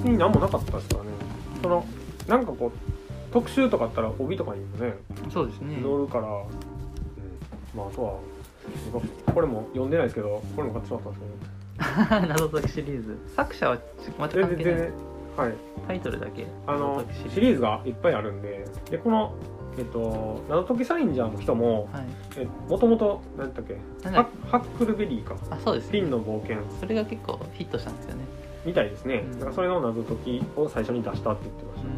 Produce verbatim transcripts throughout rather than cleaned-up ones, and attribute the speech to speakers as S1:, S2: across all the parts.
S1: に何もなかったですからね。そのなんかこう特集とかあったら帯とかにもね、
S2: そうですね、
S1: 載るから、うん、まああとはこれも読んでないですけど、これも買ってしまったんですけど、ね、
S2: 謎解きシリーズ、作者はまた関係ない、
S1: 全然はい、
S2: タイトルだけ
S1: あのシリーズがいっぱいあるんで、でこのえっと謎解きサインジャーの人も、はい、えもともと何だっけ、ハックルベリーか、
S2: あ、そうですね、
S1: ピンの冒険、
S2: それが結構ヒットしたんですよね。み
S1: たいですね。うん、だからそれの謎解きを最初に出したって言ってました。うん、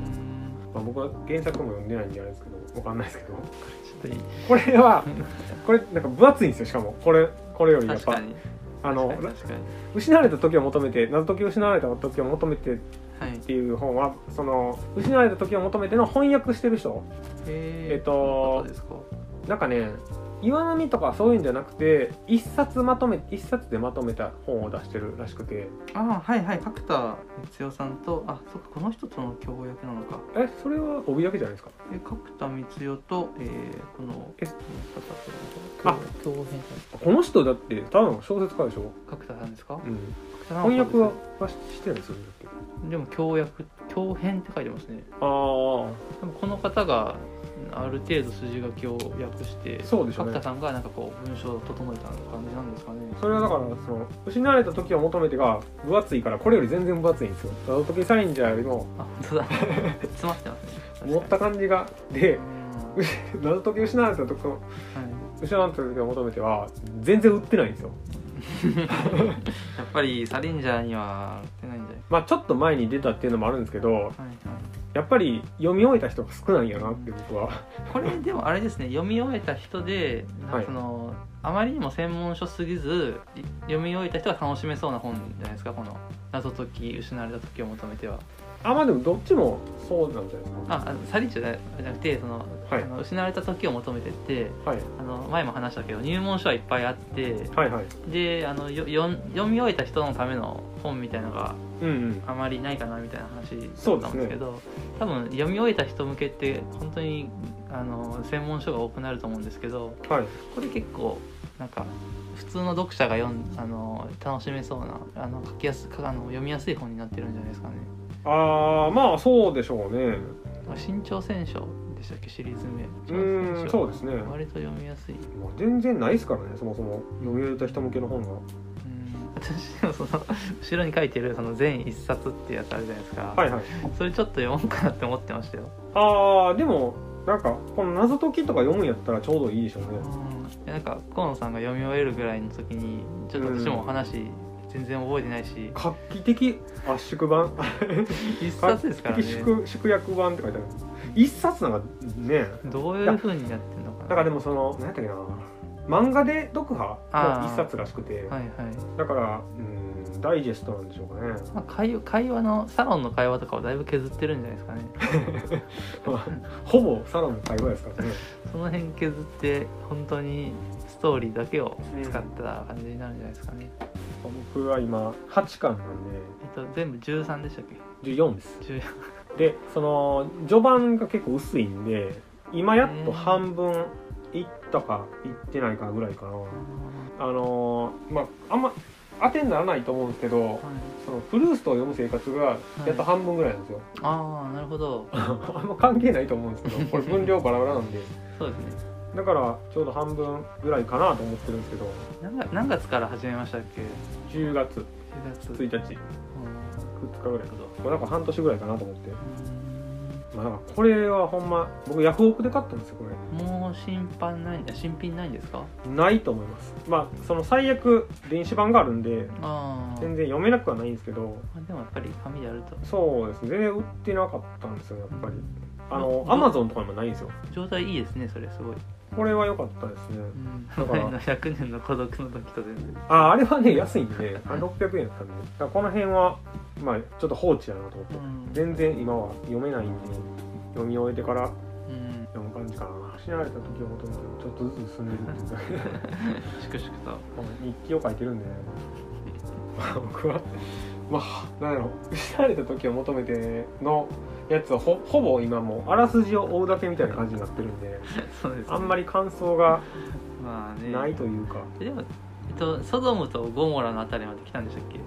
S1: まあ、僕は原作も読んでないんであれですけど、わかんないですけど、ちょっといいこれはこれなんか分厚いんですよ。しかもこれこれよりやっぱあの失われた時を求めて、謎解きを失われた時を求めてっていう本は、その失われた時を求めての翻訳してる人、えっとなんかね、岩波とかそういうんじゃなくて、一冊まとめ一冊でまとめた本を出してるらしくて、
S2: ああはいはい、角田光代さんと、あ、そっか、この人との共約なのか。
S1: え、それは帯だけじゃないですか。
S2: え、角田光代と、えー、この
S1: え
S2: あ共編
S1: この人だってただの小説家でしょ。
S2: 角田さんですか。
S1: うん、翻訳はしてるんですよね。
S2: でも共訳共編って書いてますね。
S1: ああ、でも
S2: この方がある程度筋書きを訳して、
S1: そうでしょうね、
S2: 角田さんがなんかこう文章を整えた感じなんですかね。
S1: それはだからその失われた時を求めてが分厚いから、これより全然分厚いんですよ。謎解きサインジャーよりも、
S2: あ、本当だ詰まってますね。
S1: 持った感じがで、謎解き失われた時を、はい、失われた時を求めては全然売ってないんですよ
S2: やっぱりサリンジャーには売ってないんじゃない。
S1: まあちょっと前に出たっていうのもあるんですけど、はいはい、やっぱり読み終えた人が少ないんやなって僕は。
S2: これでもあれですね、読み終えた人でなんかその、はい、あまりにも専門書すぎず読み終えた人が楽しめそうな本じゃないですか、この謎解き失われた時を求めては。
S1: あ、まあでもどっちもそうなんじゃないですか。
S2: あ、サリンジャーじゃなくて、その、はい、あの失われた時を求めてって、はい、あの前も話したけど入門書はいっぱいあって、はいはい、であのよよ読み終えた人のための本みたいなのがあまりないかなみたいな話だったんですけど、うんうん、多分読み終えた人向けって本当にあの専門書が多くなると思うんですけど、はい、これ結構なんか普通の読者が読んあの楽しめそうな、あの書きやすあの読みやすい本になってるんじゃないですかね。
S1: ああ、まあそうでしょうね。
S2: 新潮選書でしたっけ、シリーズ名。
S1: うん、そうですね。
S2: 割と読みやすい。
S1: まあ、全然ないですからね、そもそも読み終えた人向けの本が。うん、
S2: 私でもその後ろに書いてるその全一冊ってやつあるじゃないですか。はいはい。それちょっと読もうかなって思ってましたよ。
S1: ああ、でもなんかこの謎解きとか読むんやったらちょうどいいでしょうね。
S2: うん、なんか河野さんが読み終えるぐらいの時にちょっと私も話、うん全然覚えてないし、
S1: 画期的圧縮版
S2: 一冊ですからね。
S1: 縮縮約版って書いてある。一冊なんかね、
S2: どういう風になってんのかな。
S1: だからでもその何やったっけな、漫画で読破の一冊らしくて、はいはい、だからうんダイジェストなんでしょうかね。
S2: まあ、会, 会話のサロンの会話とかをだいぶ削ってるんじゃないですかね。
S1: まあ、ほぼサロンの会話ですからね。
S2: その辺削って本当にストーリーだけを使った感じになるんじゃないですかね。
S1: うん、僕は今はちかんなんで、
S2: えっと、全部じゅうさんでしたっけ。
S1: じゅうよんです。じゅうよんでその序盤が結構薄いんで、今やっと半分いったかいってないかぐらいかな。あのー、まああんま当てにならないと思うんですけど、はい、そのフルーストを読む生活がやっと半分ぐらいなんですよ。はい、
S2: ああ、なるほど。
S1: あんま関係ないと思うんですけど、これ分量バラバラなんで。
S2: そうですね。だ
S1: からちょうど半分ぐらいかなと思ってるんですけど。
S2: 何, 何月から始めましたっけ。
S1: じゅうがつついたち、ふつかぐらいかな。だから半年ぐらいかなと思って。まあ、だからこれはほんま僕ヤフオクで買ったんですよこれ。
S2: もう新版ない新品ないんですか。
S1: ないと思います。まあその最悪電子版があるんで全然読めなくはないんですけど、
S2: あでもやっぱり紙でやると
S1: そうですね、全然売ってなかったんですよやっぱり。あのアマゾンとかにもないんですよ。
S2: 状態いいですねそれ。すごい
S1: これは良かったですね。
S2: うん、だからひゃくねんの孤独の時と全然。
S1: ああれはね安いんでろっぴゃくえんだったんで、だからこの辺はまあちょっと放置やなと思って、うん、全然今は読めないんで読み終えてから読む感じかな。失われた時を求めてちょっとずつ進んでるっていうだけで
S2: 粛々と
S1: 日記を書いてるんで、ね、僕はまあなんだろう、失われた時を求めてのやつは ほ, ほぼ今もうあらすじを追うだけみたいな感じになってるんでそうです、ね、あんまり感想がないというか、
S2: まあね、でも、えっと、ソドムとゴモラのあたりまで来たんでしたっけ。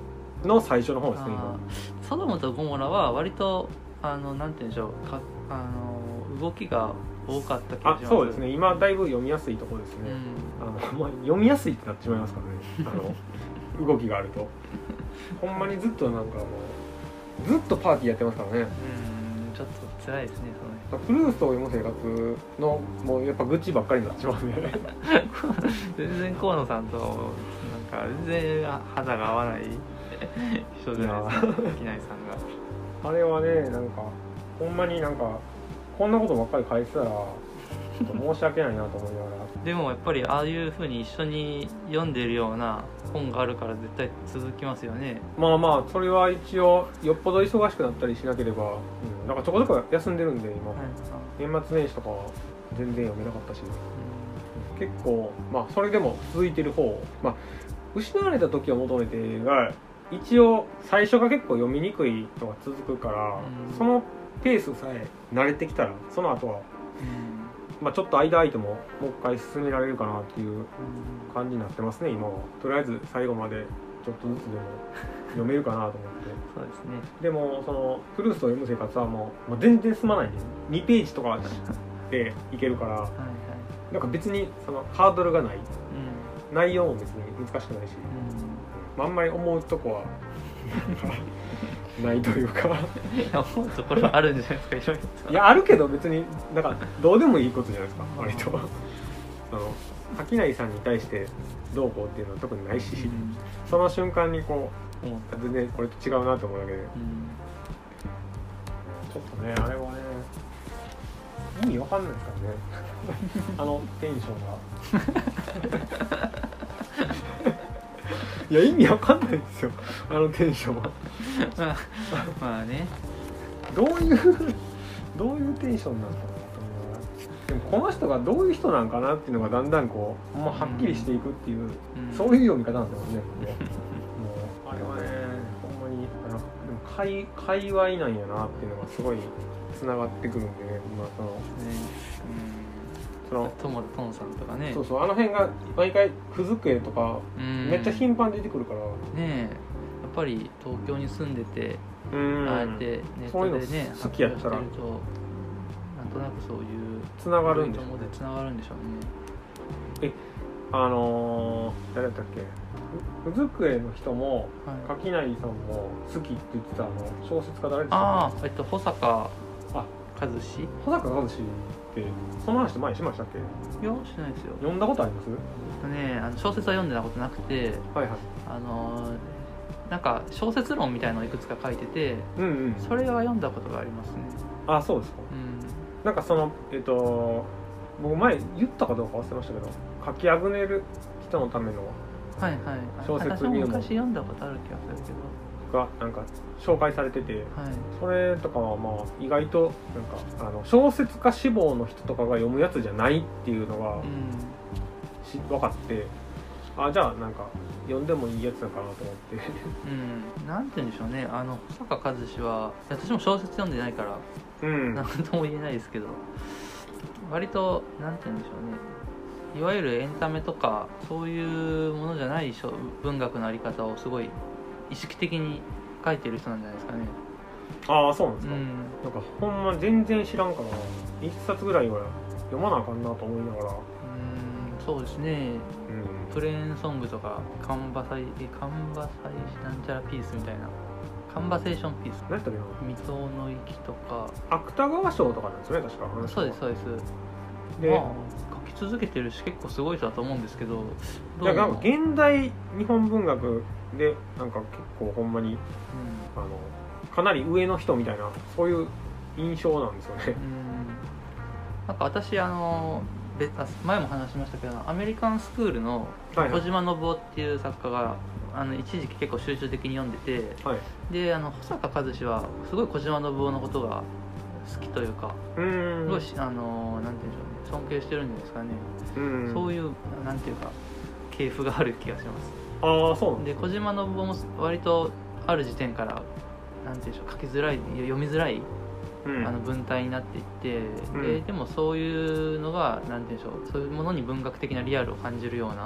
S1: の最初の方ですね。
S2: ソドムとゴモラは割とあのなんて言うんでしょうか、あの動きが多かった気がします。
S1: あ、そうですね。今だいぶ読みやすいところですね、うん、あのまあ、読みやすいってなってしまいますからねあの動きがあるとほんまにずっとなんかもうずっとパーティーやってますからね。
S2: うん、ちょっと辛いですね
S1: そのプルーストを読む生活のもうやっぱ愚痴ばっかりになっちまうんで
S2: 全然河野さんとなんか全然肌が合わない人じゃないですか、木内さんが。
S1: あれはね、なんかほんまになんかこんなことばっかり書いてたらちょっと申し訳ないなと思いながら
S2: でもやっぱりああいう風に一緒に読んでるような本があるから絶対続きますよね。
S1: まあまあそれは一応よっぽど忙しくなったりしなければ、うん、なんかちょこちょこ休んでるんで今、はい、年末年始とかは全然読めなかったし、うん、結構まあそれでも続いてる方、まあ失われた時を求めてが一応最初が結構読みにくいのが続くから、うん、そのペースさえ慣れてきたらその後は、うんまあ、ちょっと間空いてももう一回進められるかなっていう感じになってますね今は。とりあえず最後までちょっとずつでも読めるかなと思って
S2: そうですね。
S1: でもそのプルーストを読む生活はもう、まあ、全然進まないんでにページとかでいけるからはい、はい、なんか別にそのハードルがない、うん、内容も別に難しくないし、うんまあ、あんまり思うとこはないというか
S2: 思うところあるんじゃないですか。
S1: いやあるけど別になんかどうでもいいことじゃないですか割とその垣内さんに対してどうこうっていうのは特にないし、うん、その瞬間にこう思った全然これと違うなと思うだけで、うん、ちょっとねあれはね意味わかんないですからねあのテンションがいや意味わかんないですよあのテンションは
S2: まあまあね
S1: どういうどういうテンションなんだろうと思いながらでもこの人がどういう人なんかなっていうのがだんだんこう、まあ、はっきりしていくっていう、うん、そういう読み方なんですよね、うん、もうあれはねほんまにあのでも界界隈なんやなっていうのがすごいつながってくるんでね、まあそのねうん
S2: トモトンさんとかね
S1: そうそうあの辺が毎回くずくえとかめっちゃ頻繁に出てくるからね
S2: えやっぱり東京に住んでて
S1: うん
S2: ああやってネットでね
S1: 好きやったら
S2: なんとなくそういう
S1: つながるんでしょう
S2: ねつながるんでしょ
S1: うね。えあのー、誰だったっけくずくえの人も、はい、垣内さんも好きって言ってたあの小説家誰でしたっけ。
S2: ああえっと保坂和志
S1: 保坂和志ってその話前しましたっけ。
S2: いやしないですよ。
S1: 読んだことあります？
S2: ねあの小説は読んでたことなくて、はいはい、あのなんか小説論みたいなのをいくつか書いてて、うんうん、それは読んだことがありますね。
S1: あそうですか、うん、なんかそのえっ、ー、と僕前言ったかどうか忘れましたけど書きあぐねる人のための小説にも、
S2: はいはい、私も昔読んだことある気がするけど
S1: がなんか紹介されてて、はい、それとかはまあ意外となんかあの小説家志望の人とかが読むやつじゃないっていうのが、うん、し分かってあじゃあなんか読んでもいいやつだかなと思って
S2: うんなんて言うんでしょうねあの保坂和志は私も小説読んでないから何、うん、とも言えないですけど割となんて言うんでしょうねいわゆるエンタメとかそういうものじゃない文学のあり方をすごい意識的に書いてる人なんじゃないですかね。
S1: ああそうなんですか、うん、なんかほんま全然知らんから一冊ぐらいは読まなあかんなと思いながら
S2: うんそうですね、うん、プレーンソングとかカンバサイカンバサイなんちゃらピースみたいなカンバセーションピース
S1: 何やったっけな
S2: 未踏の息とか
S1: 芥川賞とかなんですね確か。
S2: そうですそうですで、まあ、書き続けてるし結構すごい人だと思うんですけど
S1: いやなんか現代日本文学でなんか結構ほんまに、うん、あのかなり上の人みたいなそういう印象なんですよね。うん
S2: なんか私あの前も話しましたけどアメリカンスクールの小島信夫っていう作家が、はいはい、あの一時期結構集中的に読んでて、はい、であの保坂和志はすごい小島信夫のことが好きというかすごいあのなんていうんでしょうね尊敬してるんじゃないですかね。うんそういうなんていうか系譜がある気がします。
S1: ああそうなん
S2: で小島信夫も割とある時点からなんていうんでしょう書きづらい読みづらい、うん、あの文体になっていって、うん、で, でもそういうのがなんていうんでしょうそういうものに文学的なリアルを感じるような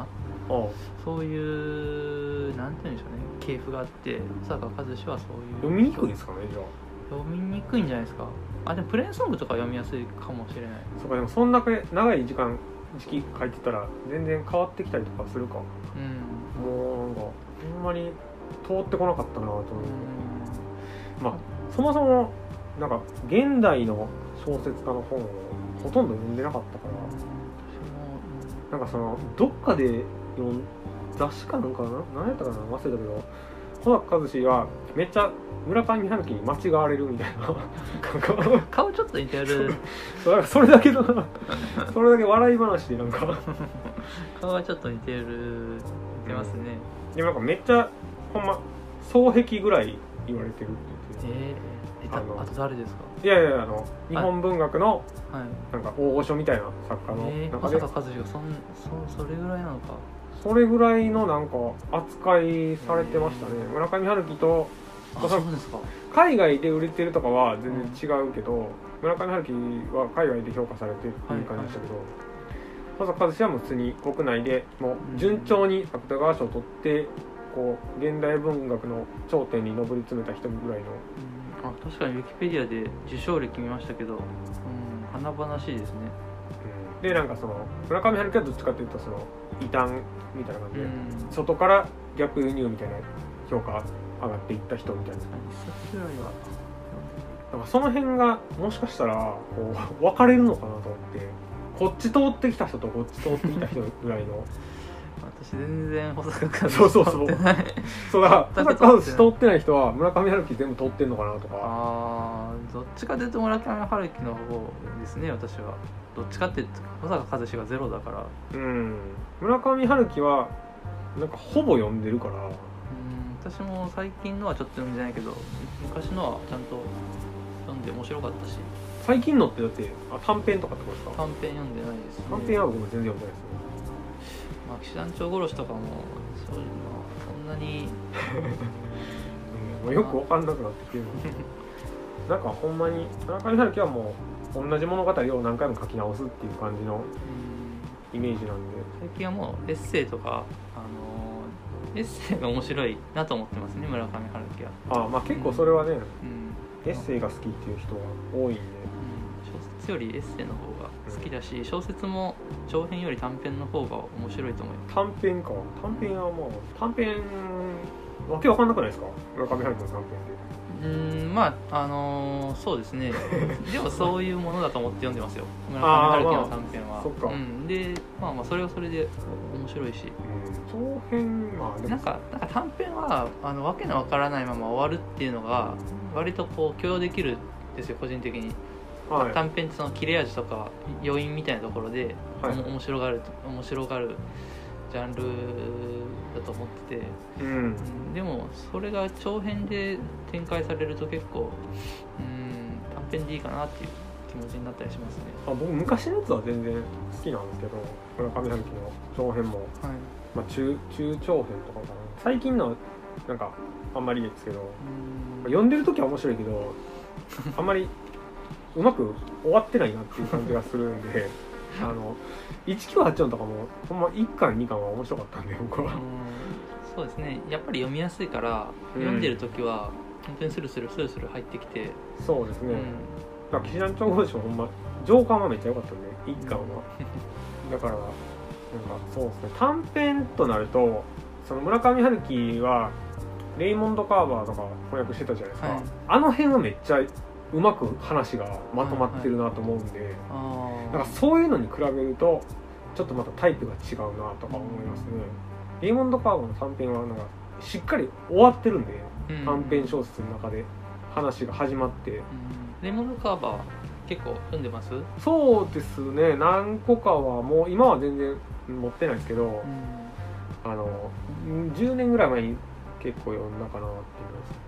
S2: そういうなんていうんでしょうね、系譜があって、保坂和志はそういう
S1: 読みにくいですかね。じゃあ
S2: 読みにくいんじゃないですか。あ、でもプレーンソングとか読みやすいかもしれない。
S1: そうか、でもそんだけ長い時間時期書いてたら全然変わってきたりとかするか。うん、もうなんかほんまに通ってこなかったなと思って、うん、まあそもそもなんか現代の小説家の本をほとんど読んでなかったから、なんかそのどっかで読ん雑誌かなんかな、何やったかな、忘れたけど、保坂和志はめっちゃ村上春樹に間違われるみたいな
S2: 顔ちょっと似てる
S1: そ, うそれだけのそれだけ笑い話でなんか
S2: 顔はちょっと似てる似てますね、
S1: うん、でもなんかめっちゃほんま双璧ぐらい言われてるって言って、
S2: えー、あのあと誰ですか。
S1: いやいや、あの日本文学のなんか大御所みたいな作家の中で、
S2: 保坂和志がそん そ, それぐらいなのか。
S1: それぐらいのなんか扱いされてましたね。村上春樹と、
S2: あ、そうですか。
S1: 海外で売れてるとかは全然違うけど、うん、村上春樹は海外で評価されてっていう感じでしたけど、保坂和志はもう普通に国内でもう順調に芥川賞を取ってこう現代文学の頂点に上り詰めた人ぐらいの、
S2: うん、あ、確かにウィキペディアで受賞歴見ましたけど、うん、華々しいですね。
S1: うん、でなんかその村上春樹はどっちかというとその異端みたいな感じで、うん、外から逆輸入みたいな評価上がっていった人みたいな。一冊ぐらいはなんかその辺がもしかしたらこう分かれるのかなと思って、こっち通ってきた人とこっち通ってきた人ぐらいの
S2: 私全然保坂和志
S1: そうそうそうそうだから保坂和志通ってない人は村上春樹全部通ってんのかなとか。
S2: あー、どっちかというと村上春樹の方ですね。私はどっちかっていうと保坂和志がゼロだから。
S1: うん、村上春樹はなんかほぼ読んでるから。うん、
S2: 私も最近のはちょっと読んでないけど、昔のはちゃんと読んで面白かったし。
S1: 最近のってだってあ短編とかってことですか。
S2: 短編読んでないですね。
S1: 短編は僕も全然読んでないですね。
S2: まあ騎士団長殺しとかもそういうのそんなに、
S1: うん、よく分かんなくなってきてるなんかほんまに村上春樹はもう同じ物語を何回も書き直すっていう感じのイメージなんで、
S2: 最近はもうエッセイとか、あのー、エッセイが面白いなと思ってますね、村上春樹は。
S1: ああ、まあ結構それはね、うん
S2: うん、
S1: エッセイが好きっていう人が多いんで、
S2: 小説よりエッセイの方が好きだし、うん、小説も長編より短編の方が面白いと思います。
S1: 短編か。短編はもう短編わけわかんなくないですか、村上春樹の短編で。
S2: うーん、まああのー、そうですねでもそういうものだと思って読んでますよ、村上春樹の短編は。
S1: まあ、そっか、
S2: うん、で、まあまあそれはそれで面白いし、
S1: うん、長編、まあでも
S2: なんか、なんか短編はあのわけのわからないまま終わるっていうのが割とこう許容できるんですよ、個人的に。はい、短編ってその切れ味とか余韻みたいなところで、はい、面白がる面白がるジャンルだと思ってて、うん、でもそれが長編で展開されると結構、うん、短編でいいかなっていう気持ちになったりしますね。
S1: あ、僕昔のやつは全然好きなんですけど、村上春樹の長編も、はい、まあ、中中長編とかかな。最近のなんかあんまりですけど、読んでる時は面白いけどあんまりうまく終わってないなっていう感じがするんであのいちきゅうはちよんとかもほんまいっかんにかんは面白かったんで僕は。うん、
S2: そうですね、やっぱり読みやすいから、うん、読んでる時は本当にスルスルスルスル入ってきて。
S1: そうですね、うん、騎士団長殺しもほんま上巻はめっちゃ良かったんでいっかんは、うん、だからなんかそうですね、短編となるとその村上春樹はレイモンド・カーバーとか翻訳してたじゃないですか、はい、あの辺はめっちゃうまく話がまとまってるなと思うんで、はいはい、なんかそういうのに比べるとちょっとまたタイプが違うなとか思いますね、うん、レイモンド・カーバーの短編はなんかしっかり終わってるんで、うん、短編小説の中で話が始まって、うん、
S2: レイモンド・カーバー結構読んでます？
S1: そうですね、何個かはもう今は全然持ってないですけど、うん、あのじゅうねんぐらい前に結構読んだかなっていうのです。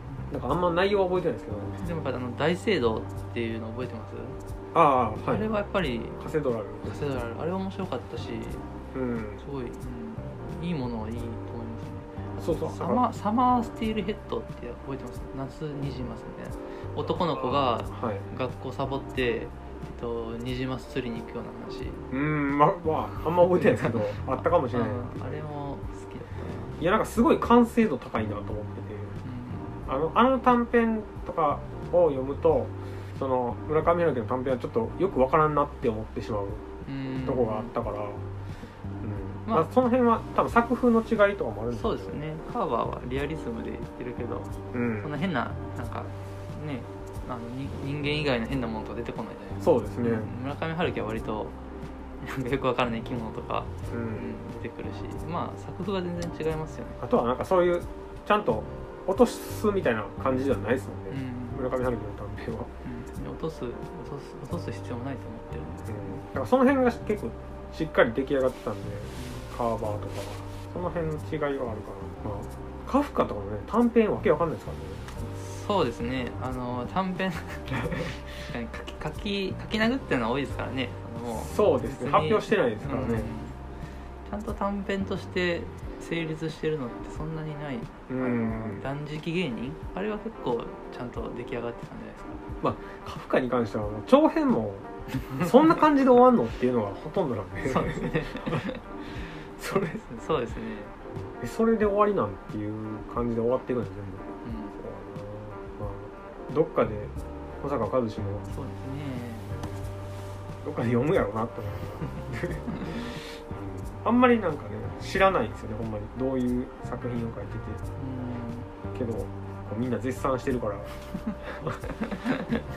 S1: なんかあんま内容は覚えてないですけど、
S2: でもあの大聖堂っていうの覚えてます？
S1: ああ、はい、
S2: あれはやっぱり
S1: カセドラル
S2: カセドラルあれは面白かったし、うん、すごい、うん、いいものはいいと思いますね。
S1: そうそう、
S2: サマサマースティールヘッドって覚えてます？夏にじますみたいな男の子が学校サボって、はい、えっと、ニジマス釣りに行くような話。
S1: うん、まあ、まあ、あんま覚えてないですけどあったかもしれない。
S2: あれも
S1: いやなんかすごい完成度高いなと思ってて、うん、あのあの短編とかを読むとその村上春樹の短編はちょっとよくわからんなって思ってしまうとこがあったから、うんまあ、まあその辺は多分作風の違いとかもあるんですけど、
S2: そうですね。カーバーはリアリズムで言ってるけど、うん、そんな変ななんかねあの人間以外の変なものとか出てこないじゃないですか。
S1: そうですね、
S2: うん、村上春樹は割となんかよくわからない生き物とか、うんうん、出てくるし、まあ作風は全然違いますよね。
S1: あとはなんかそういうちゃんと落とすみたいな感じではないですもんね、うん、村上春樹の短編は、
S2: うん、落とす落とす落とす必要もないと思ってるんですけど、うん、
S1: だからその辺が結構しっかり出来上がってたんで、うん、カーバーとかはその辺の違いがあるかな、まあ、カフカとかもね短編わけわかんないですからね。
S2: そうですね、あの短編書き書き書き殴ってるのは多いですからね。あのもう
S1: そうですね、発表してないですからね、うん、
S2: ちゃんと短編として成立してるのってそんなにない、うん、断食芸人あれは結構ちゃんと出来上がってたんじゃないですか。
S1: まあカフカに関しては長編もそんな感じで終わんのっていうのがほとんどなんで
S2: そうですね
S1: それ
S2: そうですね
S1: それで終わりなんていう感じで終わっていくんです全部、うんまあ、どっかで小坂和志もそうですねどっかで読むやろうなと思うあんまりなんかね知らないんですよねほんまにどういう作品を書いてて、うん、けどみんな絶賛してるから
S2: そうですね。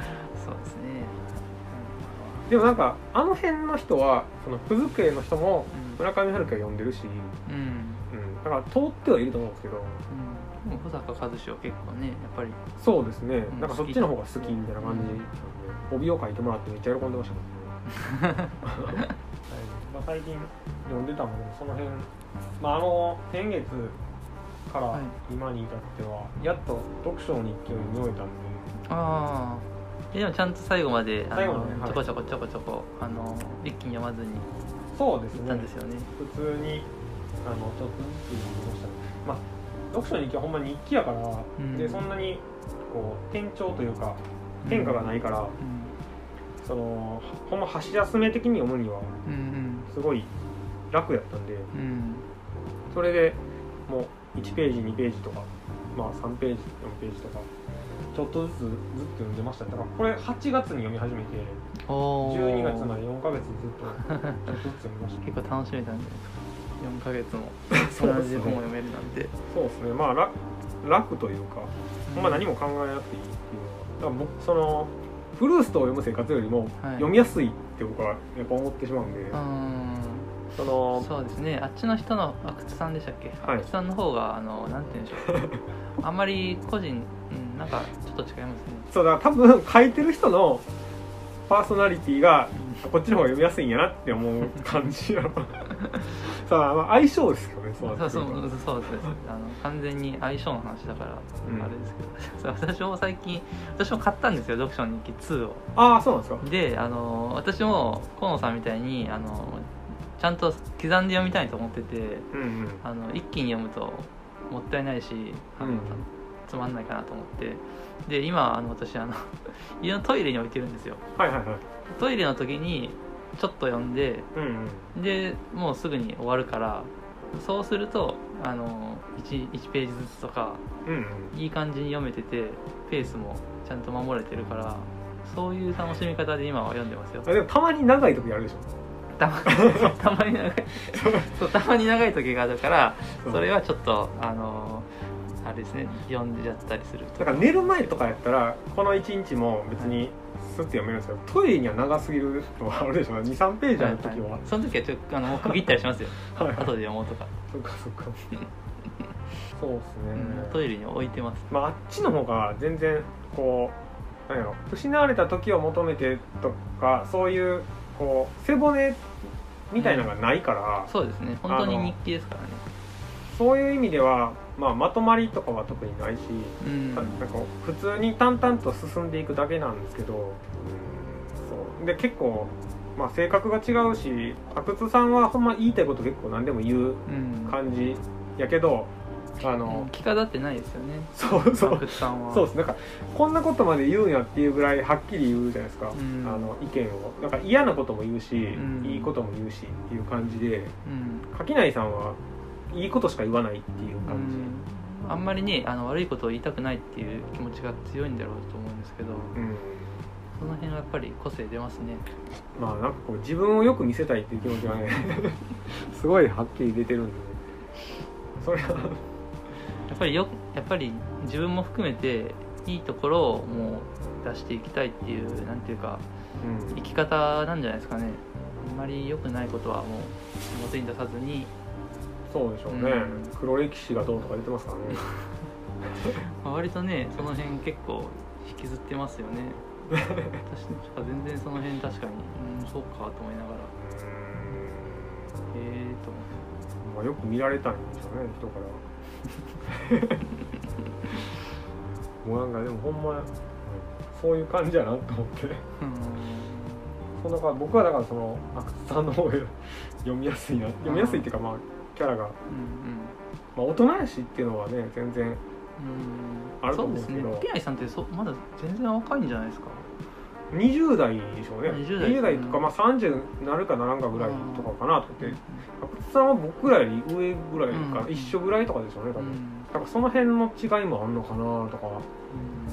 S1: でもなんかあの辺の人はそのふづくえの人も村上春樹は読んでるし、うんうん、だから通ってはいると思うんですけど、
S2: うん、でも小坂和志は結構ねやっぱり
S1: そうですね、うん、なんかそっちの方が好きみたいな感じなんで、うん、帯を書いてもらってめっちゃ喜んでましたもんね、はいまあ、最近読んでたものその辺、まあ、あの先月から今に至ってはやっと読書の日記を読み終えたんで、
S2: ああでもちゃんと最後まであの、ねはい、ちょこちょこちょこちょこあの一気に読まずに
S1: そうですね
S2: 行ったんですよね。
S1: 普通にあのちょっとずつ読みましたね。まあ読書の日記はほんまに日記やから、うん、でそんなにこう転調というか変化がないから、うんうん、そのほんま箸休め的に読むにはすごい楽やったんで、うん、それでもういちページにページとかまあさんページよんページとかちょっとずつずっと読んでましたね。だからこれはちがつに読み始めてじゅうにがつまでよんかげつずっとちょっとずつ読みました
S2: 結構楽しめたんじゃないですか。よんかげつも同じ本を読めるなんて
S1: そうですね。まあ 楽, 楽というか、うん、まあ何も考えなくていいっていうのはだから僕そのフルーストを読む生活よりも読みやすいって僕はやっぱ思ってしまうんで、はい、
S2: そのそうですね。あっちの人の阿久津さんでしたっけ、はい、阿久津さんの方があのなんて言うんでしょうあんまり個人、うん、なんかちょっと違いますね。
S1: そうだ多分書いてる人のパーソナリティがこっちの方が読みやすいんやなって思う感じやろさあ、まあ、相性ですけどね。
S2: そうそうそうそうですあの完全に相性の話だから、うん、あれですけど私も最近私も買ったんですよ読書の日記ツーを。
S1: ああそうなんですか。
S2: であの私も河野さんみたいにあのちゃんと刻んで読みたいと思ってて、うんうん、あの一気に読むともったいないしあの、うん、つまんないかなと思ってで今あの私あの家のトイレに置いてるんですよ、はいはいはい、トイレの時にちょっと読んで、うんうん、でもうすぐに終わるからそうするとあの 1, いちページずつとか、うんうん、いい感じに読めててペースもちゃんと守れてるからそういう楽しみ方で今は読んでますよ。
S1: でもたまに長い時あるでしょ。
S2: たまたまに長いそうたまに長い時があるからそれはちょっとあのあれですね読んじゃったりする。
S1: だから寝る前とかやったらこのいちにちも別にスッて読めるんですけど、はい、トイレには長すぎるのはあるでしょ。 にさんページある時は、はいはい、
S2: その時はちょっとあのもう区切ったりしますよはい、後で読もうとか。
S1: そっかそっかそうですね、
S2: うん、トイレに置いてます。
S1: まああっちの方が全然こう何やろ失われた時を求めてとかそういうこう背骨みたいなのがないから、
S2: うん、そうですね本当に日記ですからね。
S1: そういう意味では、まあ、まとまりとかは特にないし、うん、なんか普通に淡々と進んでいくだけなんですけど、うん、そうで結構、まあ、性格が違うし阿久津さんはほんま言いたいこと結構何でも言う感じやけど、
S2: うん、あの着飾ってないですよね。
S1: そうそう
S2: 阿久津さんは
S1: そうです。なんかこんなことまで言うんやっていうぐらいはっきり言うじゃないですか、うん、あの意見をなんか嫌なことも言うし、うん、いいことも言うしっていう感じで、うん、垣内さんはいいことしか言わないっていう感じ、
S2: うん、あんまりねあの悪いことを言いたくないっていう気持ちが強いんだろうと思うんですけど、うん、その辺はやっぱり個性出ますね。
S1: まあなんかこう自分をよく見せたいっていう気持ちがねすごいはっきり出てるんで、それはや
S2: っぱりよやっぱり自分も含めていいところをもう出していきたいっていうなんていうか、うん、生き方なんじゃないですかね。あんまり良くないことはもう表に出さずに。
S1: そうでしょうね、うん、黒歴史がどうとか出てますからね
S2: 割とねその辺結構引きずってますよね私とか全然その辺確かにうんそうかと思いながらへえーと思って、
S1: まあ、よく見られたいんでしょうね人からもうなんかでもほんまそういう感じやなと思ってうんそのか僕はだからその阿久津さんの方が読みやすいな読みやすいっていうかまあキャラが、うんうんまあ、大人やしっていうのはね全然あると思うんですけど、そうですね。
S2: ピアイさんってそまだ全然若いんじゃないですか。
S1: にじゅう代でしょうね。
S2: にじゅう代、
S1: にじゅう代とか、まあ、さんじゅうになるかならんかぐらいとかかなと思って、阿久津さんは僕らより上ぐらいか、うん、一緒ぐらいとかでしょうね多分、うん、だからその辺の違いもあんのかなとか、うん、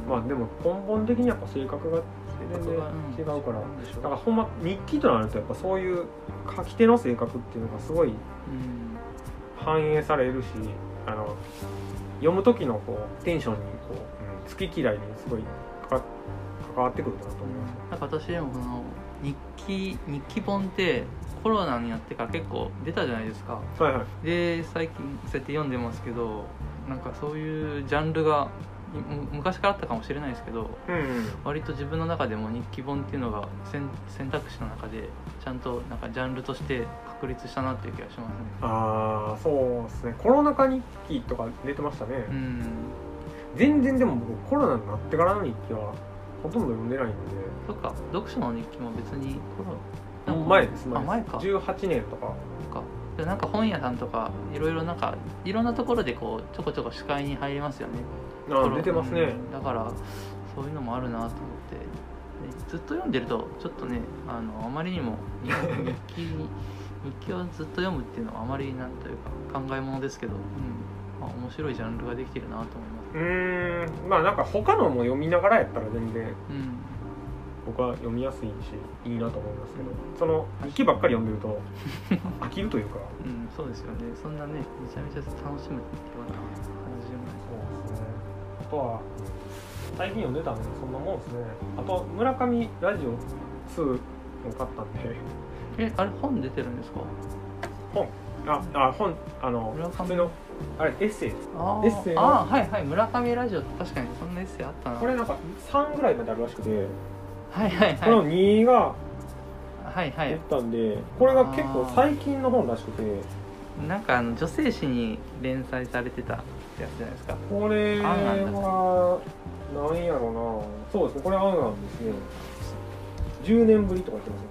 S1: まあでも根本的にやっぱ性格が全然違うから、うん、だからほんま日記となるとやっぱそういう書き手の性格っていうのがすごい、うん反映されるし、あの読む時のこうテンションにこう、うん、好き嫌いにすごい関わってくるかなと思います。
S2: なんか私でもその日記日記本ってコロナになってから結構出たじゃないですか。
S1: はいはい。
S2: で最近そうやって読んでますけど、なんかそういうジャンルが昔からあったかもしれないですけど、うんうん、割と自分の中でも日記本っていうのが選択肢の中でちゃんとなんかジャンルとして確立したなっていう気がしますね。
S1: ああそうですね。コロナ禍日記とか出てましたね、うん、全然でも僕コロナになってからの日記はほとんど読んでないんで。
S2: そっか読書の日記も別にコロナ
S1: 前です前です。
S2: あ前か
S1: じゅうはちねんとか
S2: かでなんか本屋さんとかいろいろなんかいろんなところでこうちょこちょこ視界に入りますよね。
S1: あ出てますね、
S2: うん、だからそういうのもあるなと思ってずっと読んでるとちょっとねあのあまりにも日記日記をずっと読むっていうのはあまりなんというか考え物ですけど、うんまあ、面白いジャンルができてるなと思います。
S1: うーんまあなんか他のも読みながらやったら全然、うん、僕は読みやすいしいいなと思いますけど、その日記ばっかり読んでると飽きるというか
S2: うんそうですよね。そんなねめちゃめちゃ楽しむっていうような感じじゃない。
S1: そうですね。あとは最近読んでたのでそんなもんですね。あと村上ラジオツーを買ったんで
S2: えあれ本出てるんですか。
S1: 本ああ本あの普通のあれエッセイです。
S2: あエッセイあはいはい村上ラジオ確かにそんなエッセイあったな。
S1: これなんかさんぐらいまであるらしくて
S2: はいはいはい
S1: このにが
S2: はいはい
S1: 出たんでこれが結構最近の本らしくて
S2: なんかあの女性誌に連載されてたやつじゃないですか。
S1: これは何やろうな。そうですねこれアンアンですね。じゅうねんぶりとか言ってますね。